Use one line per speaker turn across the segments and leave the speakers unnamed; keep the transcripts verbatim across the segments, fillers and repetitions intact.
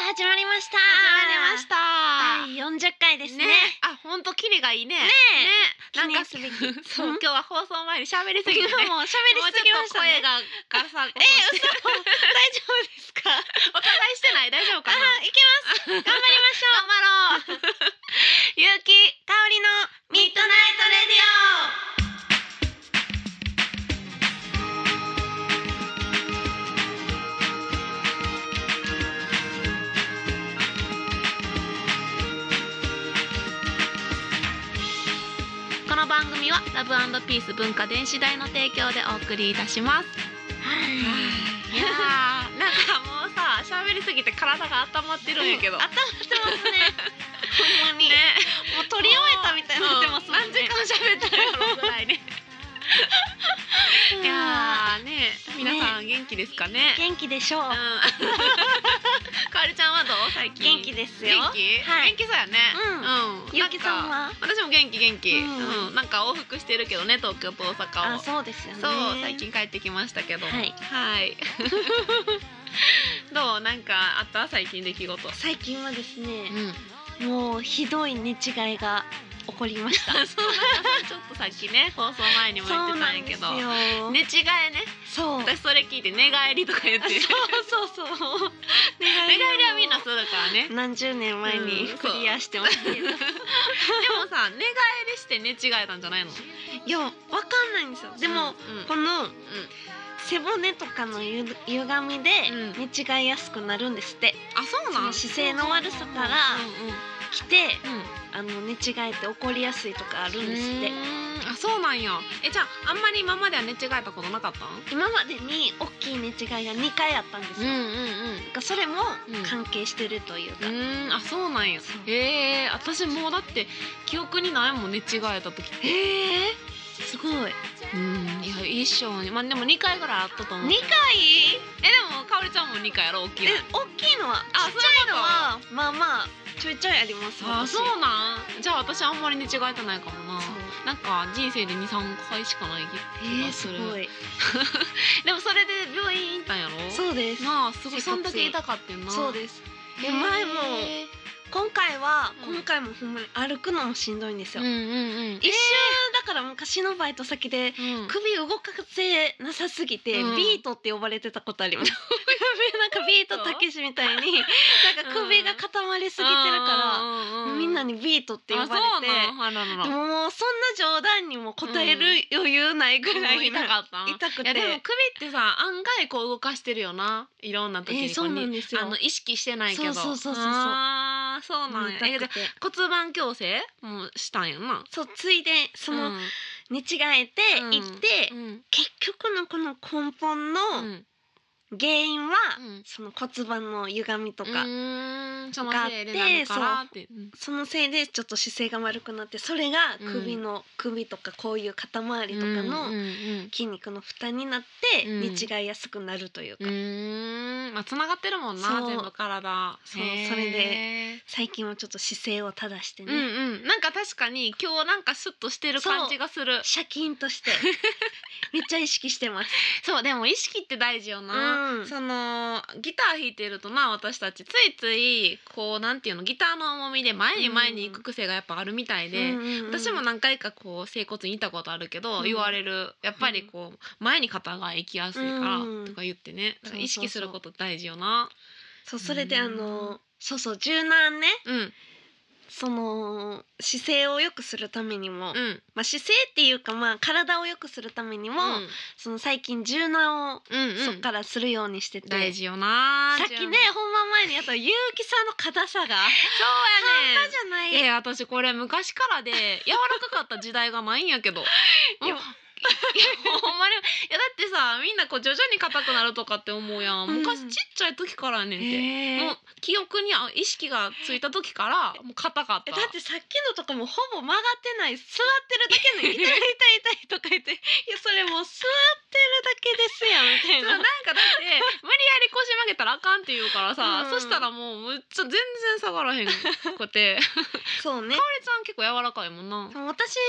始まりました。
始まりました。
第四十回ですね。
ね、あ、本当キリがいいね。
ね
え、なんか
記念すべき。
そう、
うん
今日は放送前に喋りすぎてね。
もう喋りすぎましたね。
声がガサゴソ
えー、嘘。大丈夫ですか。
お互いしてない、大丈夫かな。
あ、いけます。頑張りましょう。
頑張ろう。ゆうき、
香りのミッドナイトレディオ。
この番組はラブ&ピース文化電子台の提供でお送りいたします。
はい
いやー、なんかもうさ、喋りすぎて体が温まってるんやけど。
温まってますね。ほんまに。
ね、
もう取り終えたみたいになってますもんね。
何時間喋ったやろぐらいね。いやーね、皆さん元気ですかね。
元気でしょう。
うん。かおりちゃんはどう最近？
元気ですよ。
元気？
はい。
元気そうやね。
うん
うん。
ゆうきさんは？
私も元気元気。
う
うんん。なんか往復してるけどね、東京と大阪を。
あ、そうですよね。
そう、最近帰ってきましたけど。
はい
はいどう、なんかあった最近出来事？
最近はですね、
うん。
もうひどい寝違いが起こりました。
そう、なんかちょっとさっきね、放送前にも言ってたんやけど。
そうなん
寝違
ですよ。
えね。
そう。
私それ聞いて寝返りとか言って。
そうそうそう。寝
寝返りはみんなするからね。
何十年前にクリアしてますけど。
でもさ、寝返りして寝違えたんじゃないの？
いや、わかんないんですよ。でも、
うんうん
この背骨とかのゆ歪みで
うん
寝違いやすくなるんですって。
あ、そうなん？
その姿勢の悪さから
うんうん
来て、
うん。
あの寝違えて起こりやすいとかあるんですって。
うーん、あ、そうなんや。え、じゃああんまり今までは寝違えたことなかったん？
今までに大きい寝違いがにかいあったんですよ。
うんうん
なんかそれも
うん
関係してるというか。
うん。うーん、あ、そうなんや。
そう
ええ、私もうだって記憶にないもん、寝違えた時。
へえ、すごい。
うん、いや一生に、まあでもにかいぐらいあったと思う。
にかい？
え、でもかおりちゃんもにかいやろ、大きいの。
え、大きいのは、
あ、
ちっちゃいのはまあまあちょいちょいあります。
あ、
私
そうなん。じゃあ私あんまり寝違えてないかもな。
そう
なんか人生でにさんかいしかない気
えー、
がする。
すごい。
でもそれで病院行ったんやろ？
そうです。
なあ、すごい、
接骨院
そんだけ痛かってんな。
そうです。
へー。
で前も今回は、
うん
今回もほんまに歩くのもしんどいんですよ。
うんうんうん。
一周だから昔のバイト先で
うん。
首動かせなさすぎて、
うん
ビートって呼ばれてたことあります。なんかビートたけしみたいになんか首が固まりすぎてるから、
ら
みんなにビートって呼ばれて。
あ、そうなん。あららら。
でももうそんな冗談にも答える余裕ないぐらい
痛かったん？
痛くて。
いやでも首ってさ、案外こう動かしてるよな。いろんな時に
えーそうなんですよ
あの意識してないけど。
そうそうそうそうそう
あー、そうなんや。え、じゃ
痛くて
あ骨盤矯正もしたんやな。
そうついでその、
うん
寝違えて行って、
うん
結局のこの根本の
うん
原因は、
うん
その骨盤の歪みとか、
うーん、そのせいでなのからって。うん
そのせいでちょっと姿勢が悪くなって、それが首の、首とかこういう肩周りとかの
うんうん
筋肉の負担になって
うん
寝違いやすくなるというか、
うん。うーん、まあ繋がってるもんな、
そう
全部体。
そう
へー
それで最近はちょっと姿勢を正してね、
うんうん、なんか確かに今日なんかシュッとしてる感じがする。
シャキンとしてめっちゃ意識してます。
そう、でも意識って大事よな、
うん
そのギター弾いてるとな、私たちついついこうなんていうの、ギターの重みで前に前に行く癖がやっぱあるみたいで、
うんうんうん
私も何回かこう整骨院行ったことあるけど、
うん
言われる、やっぱりこう前に肩が行きやすいから
うん
とか言ってね、だから意識する
そうそうそう
こと大事よな。
そうそれであ
う
のそうそう柔軟ね、
うん
その姿勢を良くするためにも、
うん
まあ、姿勢っていうかまあ体を良くするためにも、
うん
その最近柔軟を
うんうん、
そっからするようにしてて、
大事よな。
さっきね本番前にやったゆうきさんの硬さが
そうやねん。
じゃない。
いやいや、私これ昔からで柔らかかった時代がないんやけど。
いや
うんいやほんまに、いやだってさ、みんなこう徐々に硬くなるとかって思うやん。
うん
昔ちっちゃい時からやねんて。
へー
もう記憶にあ意識がついた時からもう硬かった。
えだってさっきのとかもほぼ曲がってない、座ってるだけの痛い痛い痛いとか言っていやそれもう座ってるだけですやんみたいな。
そうなんかだって無理やり腰曲げたらあかんって言うからさ、
うん
そしたらもうむっちゃ全然下がらへんくて
そうね
かおりちゃん結構柔らかいもんな。
私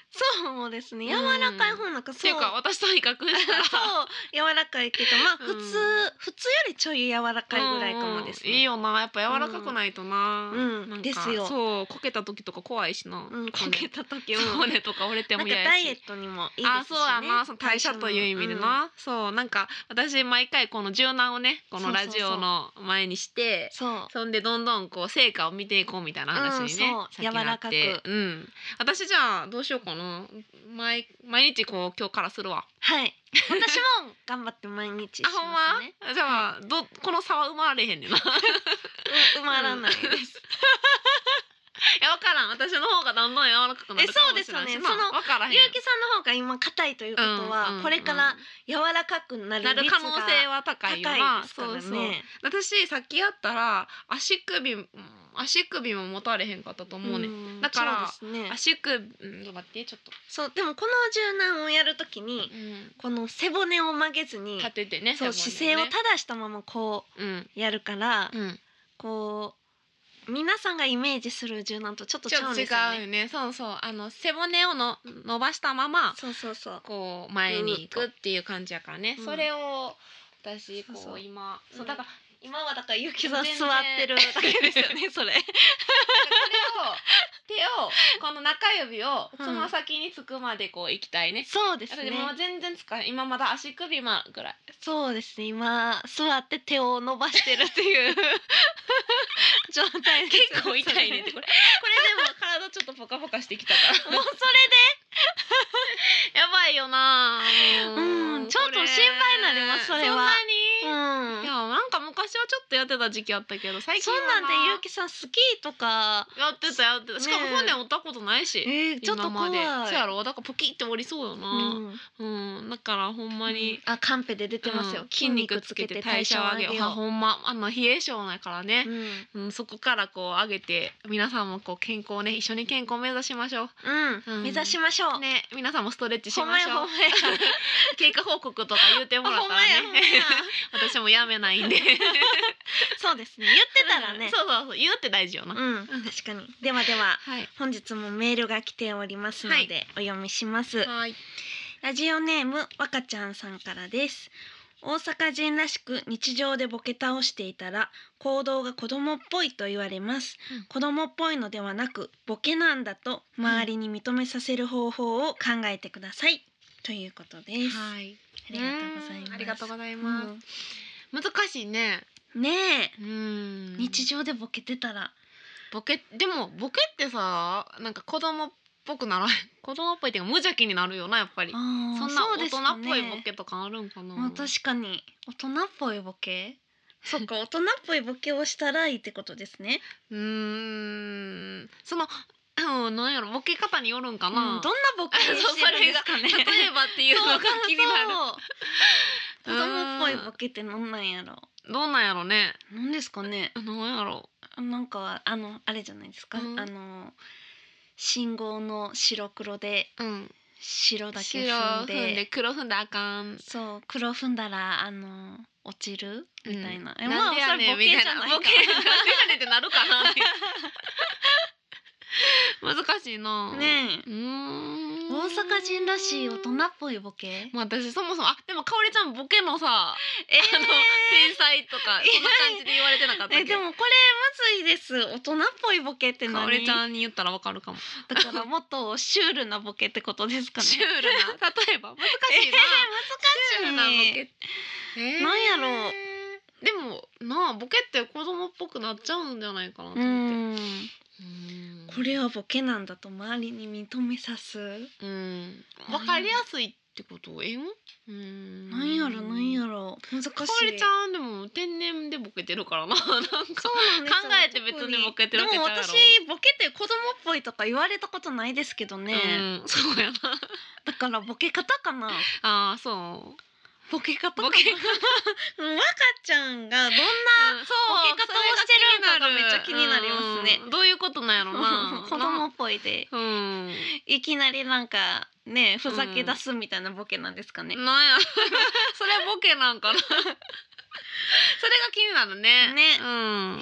そうですね、柔らかい方なんか
って
そう
いうか私と比較したら
そう柔らかいけどまあ
うん
普通、普通よりちょい柔らかいぐらいかもですね、
うんうんいいよなやっぱ柔らかくないとな、
うん
なんか
ですよ
そうこけた時とか怖いしな、
うんこけた時
骨
も
骨とか折れて
なんか
も嫌やし
ダイエットにもいいですしね。
あそうやなその代謝という意味で
代謝の
な、そうなんか私毎回この柔軟をねこのラジオの前にして
そう
そんでどんどんこう成果を見ていこうみたいな話にね、
うんそう
さっきなって
柔らかく
うん私じゃあどうしようかな毎毎日こう今日からするわ
はい私も頑張って毎日し
あほんま
ますね。
じゃあどこの差は生まれへんねんない
う埋まらないです。
や分からん私の方がどんどん柔らかくなるかもしれないしな
えそうですよねその
分からへん
ゆうきさんの方が今硬いということは、
うんうん
これから柔らかくなる
なる
率が
可能性は高いよ
高い
な
ですからね。
そうそう私さっきやったら足首うん足首も持たれへんかったと思うね、
ん
だから
そうですね。
足首うんちょっと待ってちょっと、
そうでもこの柔軟をやるときにこの背骨を曲げずに
立ててね
そう姿勢を正したままこ
うん
うやるから、
うん
こう皆さんがイメージする柔軟とちょっと違うん
ちょっと違
ですよね。
うよねそうそうあの背骨をの伸ばしたまま
そうそうそう。
こう前に行くっていう感じやからね、
うん
それを私こう
そうそう
今
うん
そうだから
今はだからゆきさん
全然
座ってるだけですよねそれ。
これを手をこの中指をつま先につくまでこう行きたいね、
そうですね。
私もう全然使え今まだ足首まぐらい
そうですね今座って手を伸ばしてるっていう状態です
結構痛いねってこれこれでも体ちょっとポカポカしてきたから
もうそ
やばいよなもう
うんちょっと心配になりますそれは
そんな
れ
に、
でうん
いやなんか昔はちょっとやってた時期あったけど最近は
そんなんでゆうきさんスキーとか
やってたやってたしかも
ねえ
骨折ったことないし、
えー、ちょっと怖い。
今までそうやろだからポキって折りそうよ
う
な、
ん
うんだからほんまに、
あカンペで出てますよ、
うん筋肉つけて代謝を上げようあほんまあの冷え性だからね、
うん
うん、そこからこう上げて皆さんもこう健康ね一緒に健康を目指しましょう
うん、
うん
目指しましょう、
ね皆さんもストレッチし
ほんま
ましょう
やほんまや
経過報告とか言ってもらったらね
ほんまやほんまや
私もやめないんで
そうですね言ってたらね
うん、そうそうそう言うって大事よな、
うん確かにではでは
はい
本日もメールが来ておりますので、お読みします
はい
ラジオネームわかちゃんさんからです。大阪人らしく日常でボケ倒していたら行動が子供っぽいと言われます、
うん
子供っぽいのではなくボケなんだと周りに認めさせる方法を考えてください、ということです、
はい
ありがとうございます
ありがとうございます、難しいね
うんねえ、
うん
日常でボケてたら
ボケでもボケってさなんか子供っぽくなら子供っぽいっていうか無邪気になるよなやっぱり
あー
そんな
そう
大人
ですかね
っぽいボケとかあるんかな、
まあ確かに大人っぽいボケそっか大人っぽいボケをしたらいいってことですね、
うーんそのうんなんやろボケ方によるんか
うん、
な、
どんなボケしてるんですかね
例えばっていうのが気になる
そう子供っぽいボケってなんなんやろ
どうなんやろね
なんですかね
なんやろ
なんかあのあれじゃないですか、
うん
あの信号の白黒で
うん
白だけ
白
踏んで
踏んで黒踏んだらあかん
そう黒踏んだらあの落ちるみたいな、
うん
え
なんでやねん
まあそれボケじゃないか
みたいなボケなんでやねんってなるかなって難しいな
ねえ
うーん
大阪人らしい大人っぽいボケ
もう私そもそもあでもかおりちゃんボケのさ
え
あの天才とかそんな感じで言われてなかったっけ
えでもこれむずいです大人っぽいボケって何
かおりちゃんに言ったらわかるかも
だからもっとシュールなボケってことですかね
シュールな例えば難しいな、シュールなボケえー
なんやろ
でもなあボケって子供っぽくなっちゃうんじゃないかなと
う
思って
ん
うん
これはボケなんだと周りに認めさす
うんわかりやすいってことえんうん
なんやろなんやろ難しい
かおりちゃんでも天然でボケてるからななんか
そうなんですよ
考えて別にボケてるわけ
でも
ちゃうやろ
私ボケて子供っぽいとか言われたことないですけどね、
うんそうやな
だからボケ方かな
あーそう
ボケ方かな
ボケ方
うんわかちゃんがどんな
うんそう
ボケ方をしてるのがめっちゃ気になりますね
うんどういうことなんやろな
子供っぽいで
うん
いきなりなんかねふざけ出すみたいなボケなんですかね、
なんやそれボケなんかなが気になるね。
ね
うん。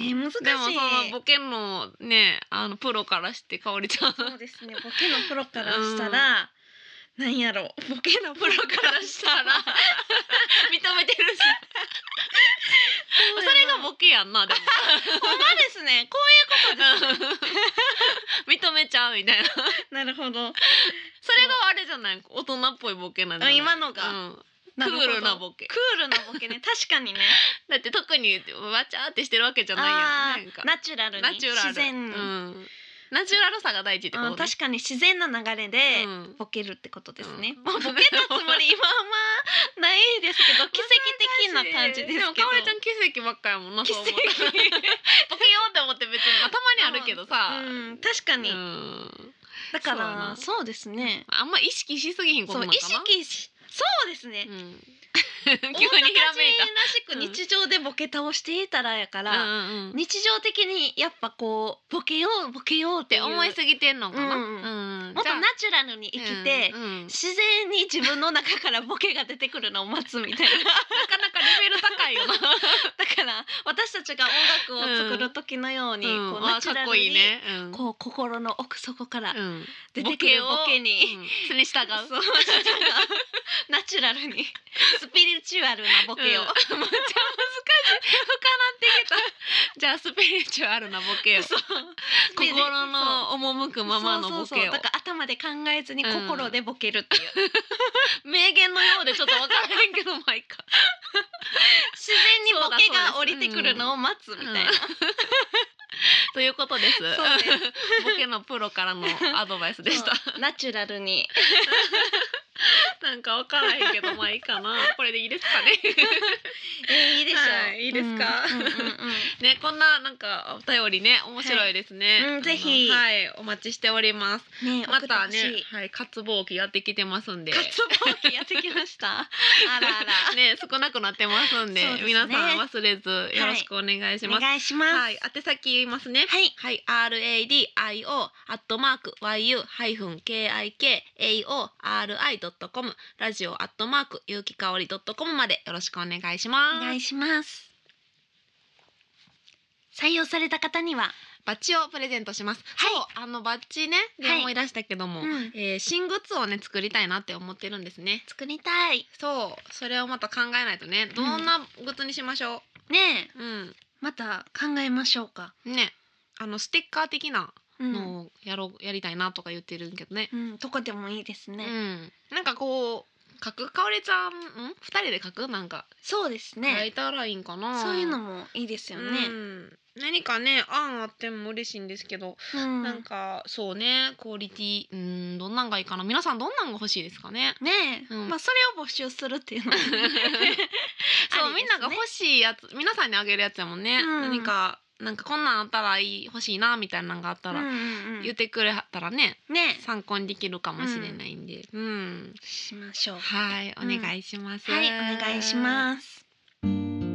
えー難しい。
でもそのボケのねあのプロからしてかおりちゃん。
そうですね。ボケのプロからしたら、なんやろう。ボケのプロからしたら
認めてるし。それがボケやんなでも。
ほんまですね。こういうことですね。
認めちゃうみたいな。
なるほど。
それがあれじゃない、大人っぽいボケなんじゃない。
あ今のが
うん
なるほど
クールなボケ。
クールなボケね。確かにね。
だって特にわちゃーってしてるわけじゃないやん。
あ
なんか
ーナチュラルに
ナチュラル
自然に、
うん、ナチュラルさが大事ってことね。
うん確かに自然な流れで
うん
ボケるってことですね。
うん
まあボケたつもり今はまあないですけど、奇跡的な感じですけど。
でもかおりちゃん奇跡ばっかやもんな。
奇跡
そう思ったらボケようって思って別に、まあ、たまにあるけどさ。
うん確かに。
うん
だか
そうやな
らそうですね。
あんま意識しすぎひんこと
そう意
なのかな。
識しそうですね。
うん
大
急
阪
にひらめいた。
人らしく日常でボケ倒していたらやから、
うんうんうん、っ
日常的にやっぱこうボケようボケようっていう
て思いすぎてんのかな。
うん
うん
もっとナチュラルに生きて、
うんうん
自然に自分の中からボケが出てくるのを待つみたいな。
なかなかレベル高いよな。
だから私たちが音楽を作る時のように、
うん
こう
あ
ナチュラル
かっこいい
に
ね。うん
こう心の奥底から
うん
出てくるボケに、
うんそれに従う。
そうナチュラルにスピリチュアルなボケを、
うん、めっちゃ難しい。深なってきた。じゃあスピリチュアルなボケを。
そう
心の赴くままのボ
そうそう
ケを。
そうだから頭で考えずに心でボケるっていう、
名言のようでちょっとわからへんけどまあいいか。
自然にボケが降りてくるのを待つみたいな、
ということです。
そうです
ボケのプロからのアドバイスでした。
そうナチュラルに
なんかわからへんけどまあいいかな。これでいいですかね。
えーいいでしょう、
はいいいですか
うんうんうんうん
ね、こんななんかお便りね面白いですね。
はいうんぜひ
あのはいお待ちしております。
ね
また
送ってほしい
ねはい渇望期やってきてますんで。
カツボーキやってきましたあらあら、
ね少なくなってますんで、
そうですね
皆さん忘れずよろしくお願いし
お
ます。
願いします。
はい、宛先言いますね。
はい、
はい、アールエーディーアイオー アットマーク ワイユー ハイフン ケーアイケーエーオーアールアイ ドットコム、ラジオアットマーク有機香りドットコムまでよろしくお願いします。
お願いします。採用された方には、
バッジをプレゼントします。
はい
そうあのバッジねで
はい
思い出したけども、
うん
えー新グッズをね作りたいなって思ってるんですね。
作りたい。
そうそれをまた考えないとね、どんなグッズにしましょ
ねえ、
う。うん、
また考えましょうか。
ねあのステッカー的な
うん、
のをやろうやりたいなとか言ってるけどね。
うん、どこでもいいですね。
うん、なんかこう書くかおりちゃんん二人で書くなんか
そうです
書
ね
い。たらいいんかな。
そういうのもいいですよね。
うん、何かね案あっても嬉しいんですけど、
うん、
なんかそうねクオリティうんどんなんがいいかな。皆さんどんなんが欲しいですかね。
ねえ、
うん
まあそれを募集するっていうのも
そう、
ありですね
みんなが欲しいやつ皆さんにあげるやつやもんね。
うん
何かなんかこんなんあったらいい欲しいなみたいなのがあったら、
うんうんうん
言ってくれたらね
ねえ
参考にできるかもしれないんで、うん、
しましょう。
はいお願いします。
はい、お願いします。ミ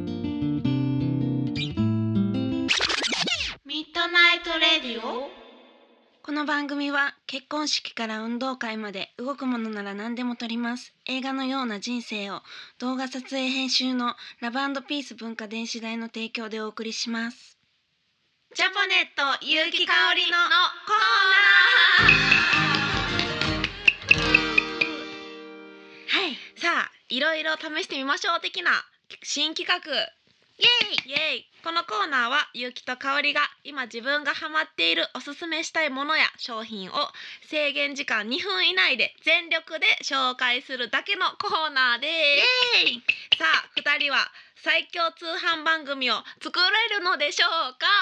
ッドナイトレディオ。この番組は結婚式から運動会まで動くものなら何でも撮ります。映画のような人生を動画撮影編集のラブ&ピース文化電子台の提供でお送りします。ジャポネット有機香りのコーナー。はい、
さあいろいろ試してみましょう的な新企画イエイイエイ。このコーナーはゆうきとかおりが今自分がハマっているおすすめしたいものや商品を制限時間にふん以内で全力で紹介するだけのコーナーです。
イエイ。
さあふたりは最強通販番組を作れるのでしょうか。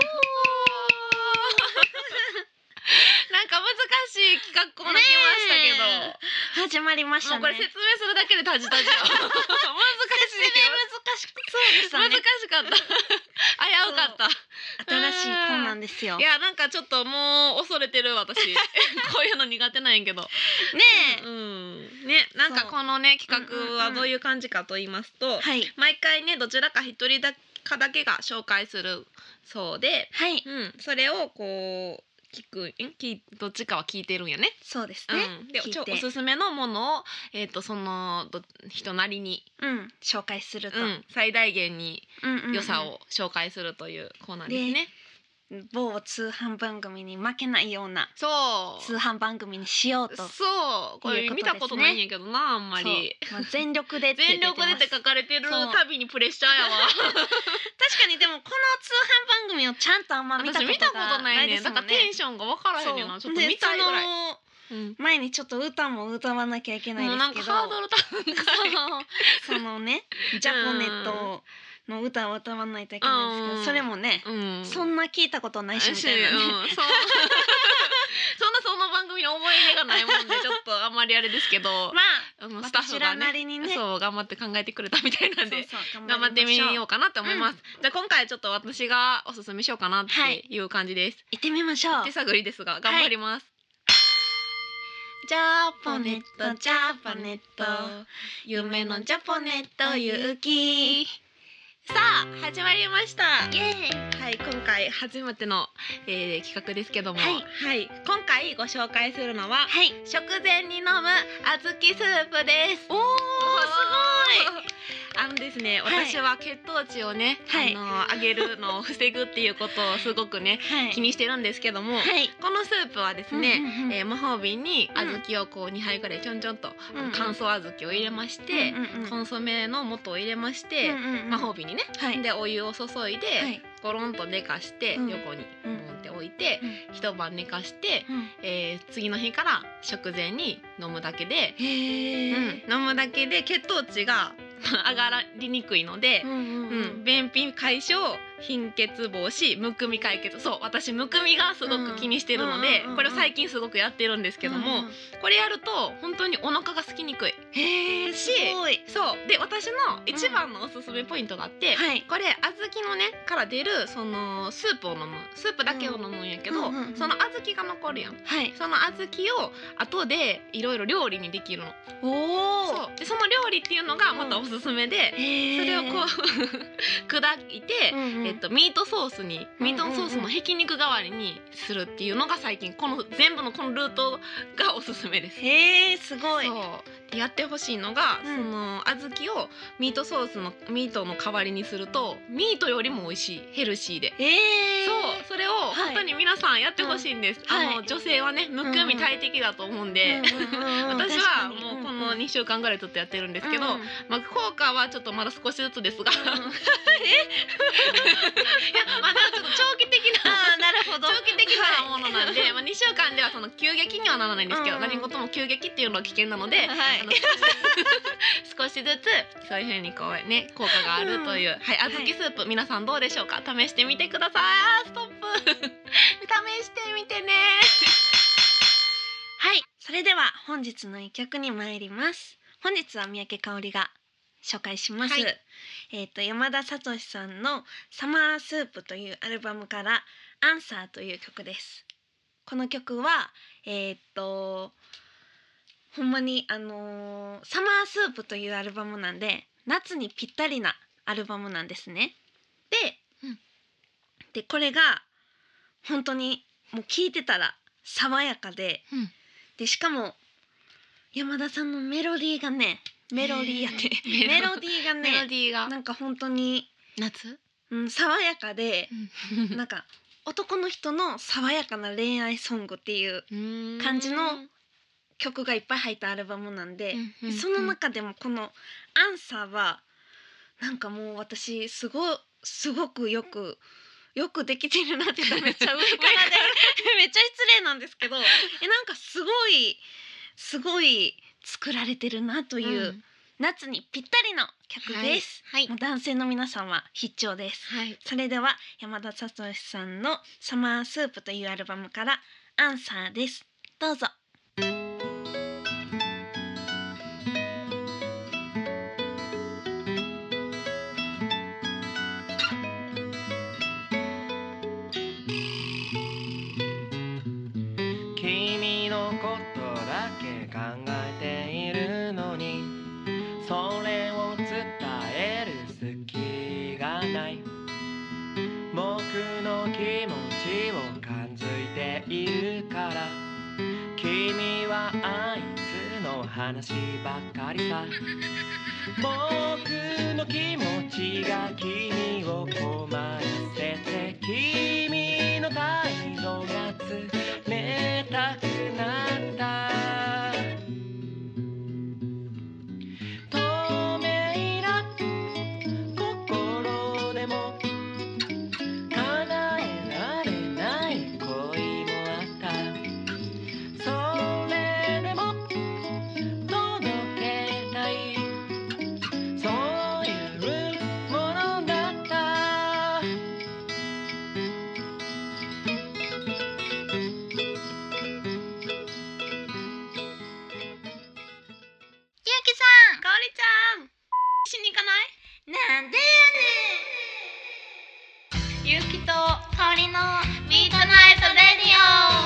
なんか難しい企画コーナー来ましたけど、
ねえ始まりましたね。
もうこれ説明するだけでタジタジよ。難しいよ。
難しくそうでした
難
ね。
しかった。危うかった。
新しいコーナーですよ。
いやなんかちょっともう恐れてる私。こういうの苦手なんやけど。
ねえ、
うん。ねなんかこのね企画はどういう感じかと言いますと、
はい
毎回ねどちらか一人だかだけが紹介するそうで、
はい
うん、それをこう聞くん聞どっちかは聞いてるんやね。
そうですね、
うん、でちょ
聞いて
おすすめのものを、えー、とそのど人なりに、
うん紹介すると、
うん、最大限に
うんうんうん
良さを紹介するというコーナーですね。
某通販番組に負けないような
そう
通販番組にしようと
そうこれ見たことないんやけどな、あんまり。
そう、まあ、全力でって出
全
てます
力でって書かれてる
そう
たびにプレッシャーやわ。
確かにでもこの通販番組をちゃんとあんま見たこと
私見たこと
が
ないね
ですもんね。
だからテンションが分からへんねんな。ちょっと見たいぐらい。うん、
前にちょっと歌も歌わなきゃいけない
もうなんか
ですけど、
ハードル高い。
そうそのねジャポネットの歌を歌わないといけないんですけど、
うん
それもね、
うん、
そんな聞いたことないしみたいなね、
うん、そうそんなその番組に思い入れがないもんでちょっとあんまりあれですけど、
まあ
あのスタッフが
私らなりにね
そう頑張って考えてくれたみたいなんで、
そうそう
頑張ってみようかなって思います。
うん
じゃあ今回ちょっと私がおすすめしようかなっていう感じです。
行ってみましょう。
手探りですが頑張ります。
ジャポネットジャポネット
夢のジャポネット勇気。さあ始まりました。
イエーイ。
はい、今回初めての、えー、企画ですけども、
はい
はい、今回ご紹介するのは、
はい。
食前に飲む小豆スープです。
おーすごい。
あのですね、
はい
私は血糖値をね、
はい
あの上げるのを防ぐっていうことをすごくね、
はい。
気にしてるんですけども、
はい。
このスープはですね、
うんうんうん
えー魔法瓶に小豆をこうにはいぐらいちょんちょんと、
うんうん
乾燥小豆を入れまして、
うんうんうん
コンソメの素を入れまして、
うんうんうん
魔法瓶にね、
はい
でお湯を注いで、
はい
ゴロンと寝かして、
うん
横に
うん
ボンって置いて、
うん
一晩寝かして、
うん
えー次の日から食前に飲むだけで、
へー
うん、飲むだけで血糖値が上がりにくいので、
うんうん
う
うん
ん、便秘解消、貧血防止、むくみ解決。そう、私むくみがすごく気にしてるので、
うんうんうんうん
これを最近すごくやってるんですけども、
うんうん
これやると本当にお腹が空きにくい。
へーすごい。
そうで、私の一番のおすすめポイントがあって、
はい
これ小豆のねから出るそのスープを飲む、スープだけを飲むんやけど、
うんうんうん
その小豆が残るやん。
はい。
その小豆を後でいろいろ料理にできるの。
おお。
そうでその料理っていうのがまたおすすめで、
へー
それをこう砕いて、
うんうん
えっと、ミートソースにミートソースのひき肉代わりにするっていうのが最近この全部のこのルートがおすすめです。
へーすごい。
そうでやってほしいのが、
うん
その小豆をミートソースのミートの代わりにするとミートよりも美味しい、ヘルシーで。
へー
そうそれを本当に皆さんやってほしいんです。
うんはい
あの女性はねむくみ大敵だと思うんで、
うんうんうんうん
私は
確かに
もうこのにしゅうかんぐらいずっとやってるんですけど、
うん
まあ、効果はちょっとまだ少しずつですが、いや
うん
まだちょっと長期的な
あーなるほど。
長期的なものなんで、まあ、にしゅうかんではその急激にはならないんですけど、
うんうん
何事も急激っていうのは危険なので、
はい
あの少しずつそういう風にこうね効果があるという、
うん
はい、小豆スープ、皆さんどうでしょうか。試してみてください。あーストップ試してみてね。
はい、それでは本日の一曲に参ります。本日は三宅香織が紹介します。
はい
えっ、と山田聡さんのサマースープというアルバムからアンサーという曲です。この曲はえっ、とほんまにあのーサマースープというアルバムなんで夏にぴったりなアルバムなんですね。で、
うん
でこれが本当にもう聴いてたら爽やかで、
うん
でしかも山田さんのメロディーがねメロディーやって
へー
メロディーが
メロデ
ね
ィーが
なんか本当に、
夏、
うん、爽やかで、
うん
なんか男の人の爽やかな恋愛ソングっていう感じの曲がいっぱい入ったアルバムなんで、
うんうん
その中でもこの「アンサー」はなんかもう私すごいすごくよくよくできてるなって言ったらめっちゃ上からでめっちゃ失礼なんですけどえなんかすごいすごい作られてるなという、
うん
夏にぴったりの曲です、
はいはい
もう男性の皆さんは必聴です。
はい
それでは山田聡さんのサマースープというアルバムからアンサーです。どうぞ。
君のことだけ考えているのにそれを伝える隙がない僕の気持ちを感づいてい話ばかりさ。僕の気持ちが君を困らせて、君の態度が冷たくなった。透明な心でも叶えられない恋もあった。それでも届けたい、そういうものだった。
ゆうきさん、
かおりちゃんしに行かない？
なんで
ゆうきと
かおりの
ミートナイトレディ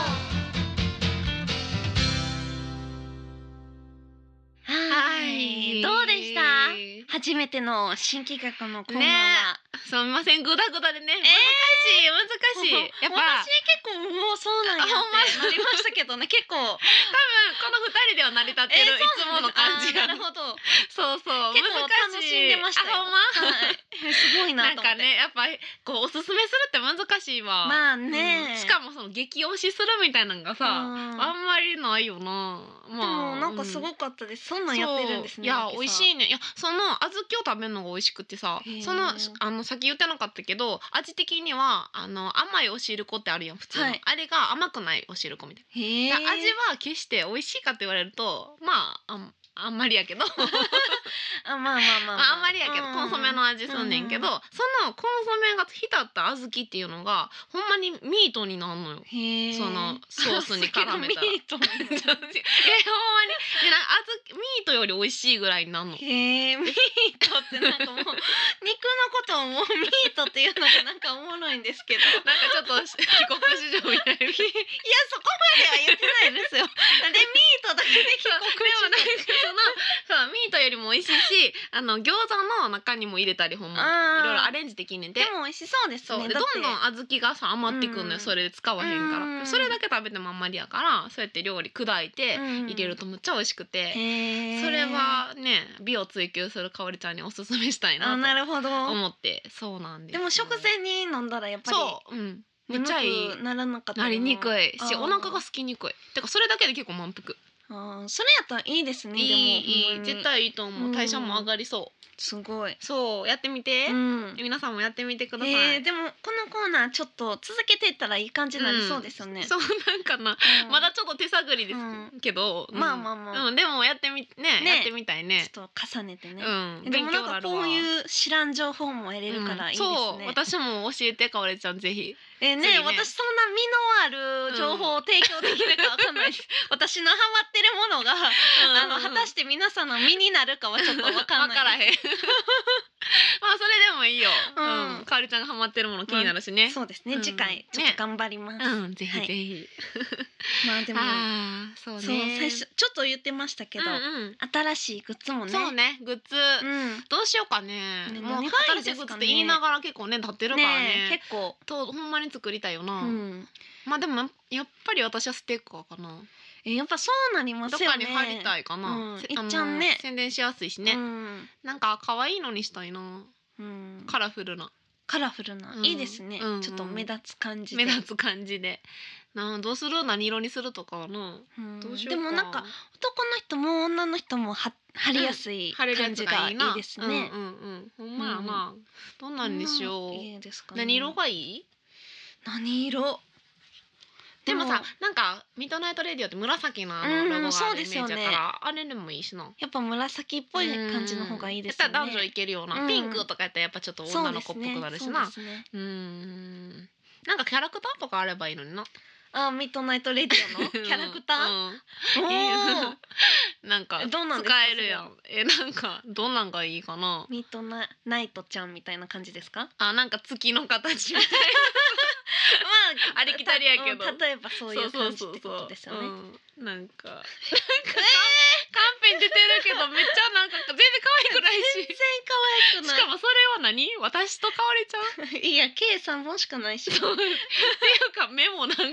オ。
は
はい
い、どうでした？初めての新企画のコーナーは、
ねすみません、グダグダでね、難しい難しい。やっぱ
私結構もうそうなんやって
あほんま
なりましたけどね、結構
多分この二人では成り立ってる、いつもの感じ
あー
や
なるほど。
そうそう、
結構楽しんでましたよ。
あほんま
はい、すごいな
なん
と思って。
かね、やっぱこうおすすめするって難しいわ。
まあね
うんしかもその激推しするみたいなのがさ、
うん
あんまりないよな。
で
まあ
もなんかすごかったです。そんなんやってるんですね。
そういや美味し
い。
いね。いやその小豆を食べるのが美味しくってさ
へー、
そのあのさっき言ってなかったけど、味的にはあの甘いおしるこってあるやん普通の、
はい
あれが甘くないおしるこみたい
へえ。
な。で味は決して美味しいかって言われるとまああんあんまりやけど
あまあまあまあまあ。
まあ、あんまりやけど
うん
コンソメの味すんねんけど、
う
そのコンソメが浸った小豆っていうのがほんまにミートになるのよ。
へえ。
そのソースに絡めたら
ミートなんだ
いやほんまにでなんか小豆ミートより美味しいぐらいになるの。
へえ、ミートってなんかもう肉のことをもうミートっていうのがなんかおもろいんですけど。
なんかちょっと帰国子女みたいな。
いやそこまでは言ってないですよ。なんでミートだけで帰
そう
国
でもなんか
子
そのそうミートよりも美味しいし、あの餃子の中にも入れたりほんま
あー
いろいろアレンジできんねんで。
でも美味しそうですね。
そうで
だって
どんどん小豆がさ余ってくんのよ、
うん
それで使わへんから、
うん
それだけ食べてもあんまりやからそうやって料理砕いて
うん
入れるとむっちゃ美味しくて、
へえ。
それはね美を追求するかおりちゃんにおすすめしたい
あ、な
な
るほど。
と思ってそうなんですよ。
でも食前に飲んだらやっぱり
そう、うん、めっちゃいい
眠くならなかった
なりにくいし
あー
お腹が空きにくいてかそれだけで結構満腹。
あーそれやったらいいですね。
いいいい
でも
絶対いいと思う、
うん
代謝も上がりそう
すごい。
そうやってみて、
うん。
皆さんもやってみてください、
えー、でもこのコーナーちょっと続けていったらいい感じになりそうですよね。
そうなんかな、
うん
まだちょっと手探りです
うん
けど、うん
まあまあまあ
うん、でもやってみね
ね
やってみたいね。
ちょっと重ねてね。
うん、勉
でもなんか
強になるわ。
こういう知らん情報も得れるからいいですね。
うんそう私も教えてかおりちゃんぜひ。
えーね
次ね
私そんな身のある情報を提供できるかわかんないです。私のハマってるものが、あの果たして皆さんの身になるかはちょっとわかんない。
わからへんまあそれでもいいよ、
う
うんんかおりちゃんがハマってるもの気になるしね、
そうですね。
うん
次回ちょっと頑張ります。
うんぜひ
はい
ぜひ、
まあでも
あーそうね
そう最初ちょっと言ってましたけど、
うんうん
新しいグッズもね。
そうねグッズ、
うん。
どうしようかね
ね
もう
何がいい
新しいグッズ
ですかね
って言いながら結構ね立ってるからね
ねえ結構。
とほんまに作りたいよな、
うん。
まあでもやっぱり私はステッカーかな、
えやっぱそうなりますよね。
どっかに貼りたいかな、せ
うんいっちゃんね
あの宣伝しやすいしね、
うん。
なんか可愛いのにしたいな、
うん。
カラフルな
カラフルな、
うん
いいですね、
うんうん
ちょっと目立つ感じで。
目立つ感じでなどうする何色にするとかはな、
うん
どうしようか
でもなんか男の人も女の人もは貼りやすい
貼れるやつ
感じがいい
がいいな
ですね。
うんうんうんほんまやな、どんなんにしよう、
うんいいですかね。
何色がいい
何色？
でもさなんかミッドナイトレディオって紫のあの
うん
ロゴがあ
そう
るイメージだ
ですよね
から、あれでもいいしな
やっぱ紫っぽい感じの方がいいですよね。
やったら男女いけるような、
うん
ピンクとかやったらやっぱちょっと女の子っぽくなるしな、
そうですね。
うーんなんかキャラクターとかあればいいのにな
あ、ミッドナイトレディオのキャラクター？
うん
お
いいよ
ー
なんか
えどんなんですか
使えるやんえなんかどんなんがいいかな
ミッドナナイトちゃんみたいな感じですか？
あなんか月の形みたい
まあ
ありきたりやけど
うん例えばそういう感じってこ
そうそうそうそう
とですよね。
うん、なんかなんかカンペン出てるけどめっちゃなんか全然可愛くないし
全然可愛くない。
しかもそれは何私とかおりちゃん
いや計三本しかないし。
そうっていうか目もなんか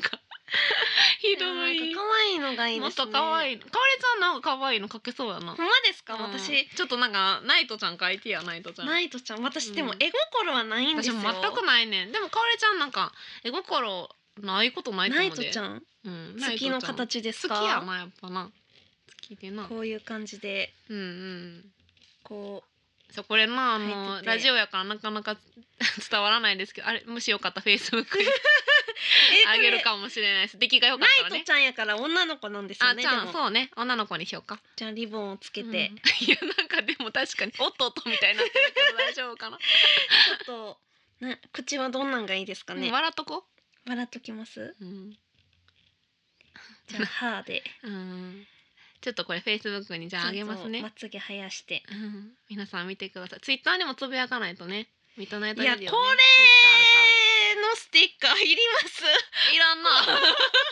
ひどい。
可愛いのがいい
もっ
ですね。
と可愛い。かおりちゃんなんか可愛いの描けそうやな。
ほんまですか？
うん
私
ちょっとなんかナイトちゃん描いてやナイトちゃん。
ナイトちゃん、私でも
うん
絵心はないんです
私
よ。
も全くないねん。でもかおりちゃんなんか絵心ないことないと
ナイ
思うで。
トちゃん
うん、
好きの
ナイトちゃん
形ですか？
好きやなやっぱな。好きでな。
こういう感じで
うんうん。
こ
そうこれなあ
入
の
ってて
ラジオやからなかなか伝わらないですけど、あれもしよかったらフェイスブックに
う
あげる
も。
かもしれないです。出来が良か
ナ
ったらね。
イトちゃんやから女の子なんですよ
あ、
ね。
じゃあ
でも
そうね女の子にしようか。
じゃあリボンをつけて、
うんいやなんかでも確かにおっとっとみたいになってるけど大丈夫かな。
ちょっとな口はどんなんがいいですかね。
笑っとこ
笑っときます。
う。うん。
じゃあ歯で
うん。ちょっとこれフェイスブックにじゃああげますね
ちょっと。まつげ生やして。
うん。皆さん見てください。ツイッターにもつぶやかないとね。ミッドナイト
いやこれ
レディオね。ツ
のステッカーいります。
イッターあるからいらんな。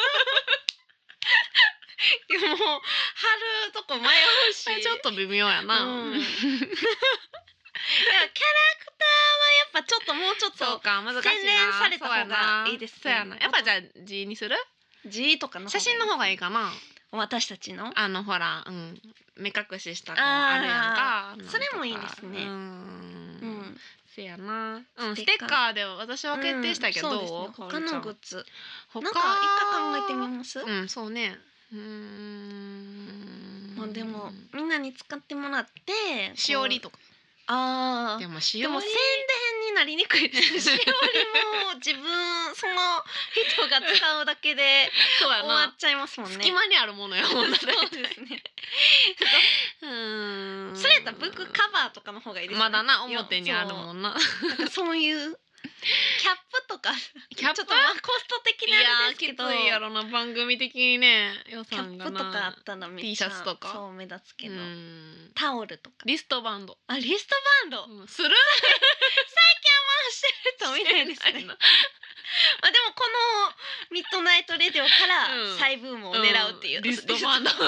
でも貼るとこ迷うし。
ちょっと微妙やな。
うんいやキャラクターはやっぱちょっともうちょっと
そうか難しいな。
洗練された方がいいですね
そうやな。やっぱじゃあ字にする？
字とかの
写真の方がいい
か。
かな。
私たちの。
あのほら、うん、目隠しした子
あー
あるやんか。
それもいいですね
うん。
うん。
せやな。うん、ス
ステッカー
テッカーで私は決定したけど、
うんそうですね
どう
他のグッズ
他
なんか一回考えてみます。
うん、そうね。うーん。
まあでもみんなに使ってもらって
しおりとか。
ああ
でもし
でも宣
おり
伝になりにくいですしおりも自分その人が使うだけで
そうやな
終わっ。ちゃいますもんね。
隙間にあるものやもんな。
そうですね。
うーん。
それやったらブックカバーとかの方がいいですね。
まだな表にあるも
ん。
んな。
なんかそういうキャップとか
キャップ
ちょっとまあコスト的
い
なあ
やーきつ
れですけど
いやろな番組的にね予
キャ
算がな。
ップとかあったらめっちゃ
T シャツとか
そう目立つけ
う
ど、
ん。
タオルとか
リストバンド。
あリストバンド、
うんする？
してる人見ないですね。
してないな
まあでもこのミッドナイトレディオから
うん
再ブームを狙うっていう、
んリストバンド。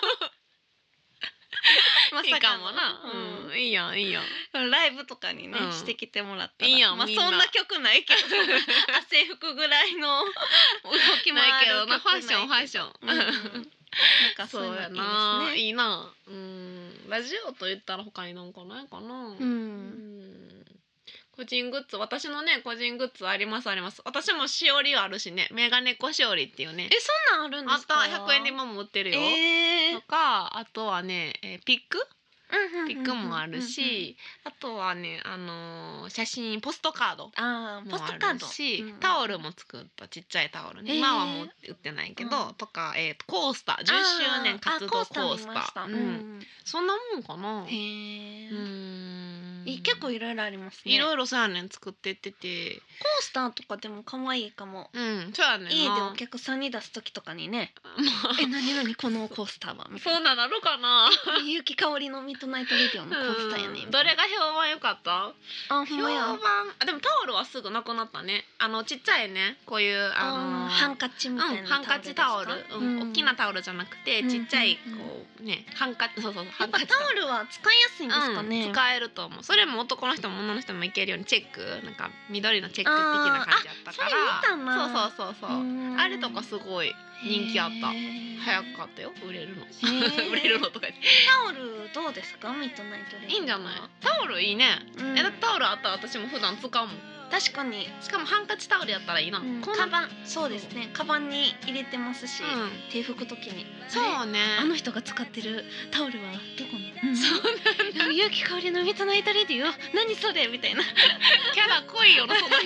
ま
いい
さかの
かもな。うん、いいやんいいやん。
うんライブとかにね、
うん
してきてもらったら
いいやん
まあ
みんな
そんな曲ないけど汗拭くぐらいの動き回る
ないけどな
曲
ファッションファッション。
うんなんかそういうのいいですね。
いいな。うん。ラジオと言ったら他になんかないかな。
う
うんん個人グッズ私のね個人グッズありますあります。私もしおりあるしねメガネコしおりっていうね
えそんなんあるんですか？
あったひゃくえんで今も売ってるよ、
えー
とかあとはね、えーピックピックもある
うんうんうんうん
しあとはねあのー写真ポストカード
あーポ
もあ
ストカード
るし、
うん
タオルも作ったちっちゃいタオルね、
へー
今はもう売ってないけど、
うん
とか、えーとコースターじゅっしゅうねん活動コースター
見ました
うん
うん
そんなもんかな。
へえ
うーん
い結構いろいろありますね。
いろいろそうやねん作ってってて
コースターとかでも可愛いかも。
うんそうやねんな
家でお客さんに出す時とかにね
まあ
え何々このコースターはみたい
そうなのかな
なゆきかおりのミッドナイトレディオのコースターやね
うんどれが評判良かった
あほん
評
まや
判あでもタオルはすぐなくなったねあのちっちゃいねこういうあの
あーハンカチみたいな
うん、ハンカチタオル
ですか、
うん大きなタオルじゃなくて
うん
ちっちゃい
うん
こうねハンカチそうそうそうハ
やっぱ
ンカチ
タオルは使いやすいんですかね、
うん、使えると思うそれも男の人も女の人もいけるようにチェックなんか緑のチェック的な感じやったから
あーあそれ見たな
そうそうそうそう
うん
あれとかすごい人気あった
へー
早かったよ売れるの
ー
売れるのとか言って
タオルどうですかミッドナイトレディオ
いいんじゃないタオルいいね、
うん
えだってタオルあったら私も普段使うもん
確かに、
しかもハンカチタオルやったらいいな、
うん、
こんな
カバンそうですねカバンに入れてますし、
うん
手拭くときに
そうね
あの人が使ってるタオルはどこの、うん、
そうなんだ
ゆうきかおりのミッドナイトレディオ何それみたいなっ
キャラ濃いよなその人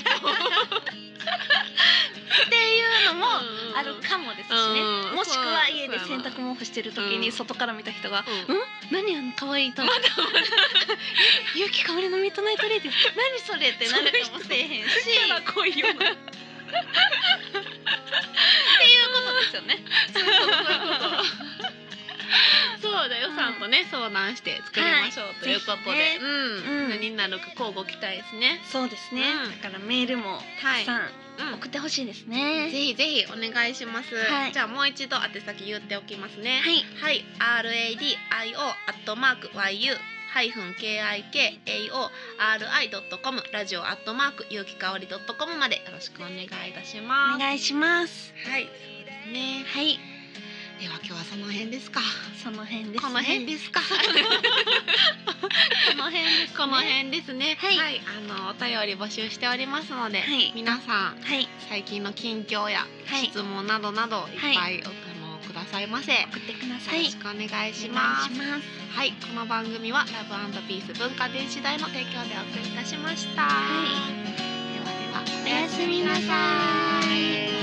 ていうのもあるかもですしね、
うん
もしくは
そう
家で洗濯物干してるときに
うん
外から見た人が「
う
うんん、何あの可愛いタオル」ゆうきかおりのミッドナイトレディオ何それってなるかもしれへんし
キャラ濃いよな
っていうことですよね。
そういうことそういうことそうだ予算とね相談して作りましょう、
はい
ということで、
ぜひね
うん、
うん
何になるか交互期待ですね。
そうですね、
うん
だからメールもたくさん
うん
送ってほしいですね、
ぜひぜひお願いします。
はい
じゃあもう一度宛先言っておきますね。
はい
はい、アールエーディーアイオー アットマーク ワイユー ハイフン ケーアイケーエーオーアールアイ ドットコムラジオアットマーク有機香りドットコムまでよろしくお願いいたします。
お願いします。
はい、そうね。
はい、
では今日はその辺ですか。
その辺ですね。
この辺ですか。
この辺ですね。
この辺ですね。
はい
あのお便り募集しておりますので、
はい
皆さん
はい、
最近の近況や
はい
質問などなどいっぱいお、あのくださいませ。よ
送ってください。
ろしくお願いし
お
ます。
願いします。
はい、この番組はラブ&ピース文化電子台の提供でお送りいたしました。
は
ではでは
おやすみなさい。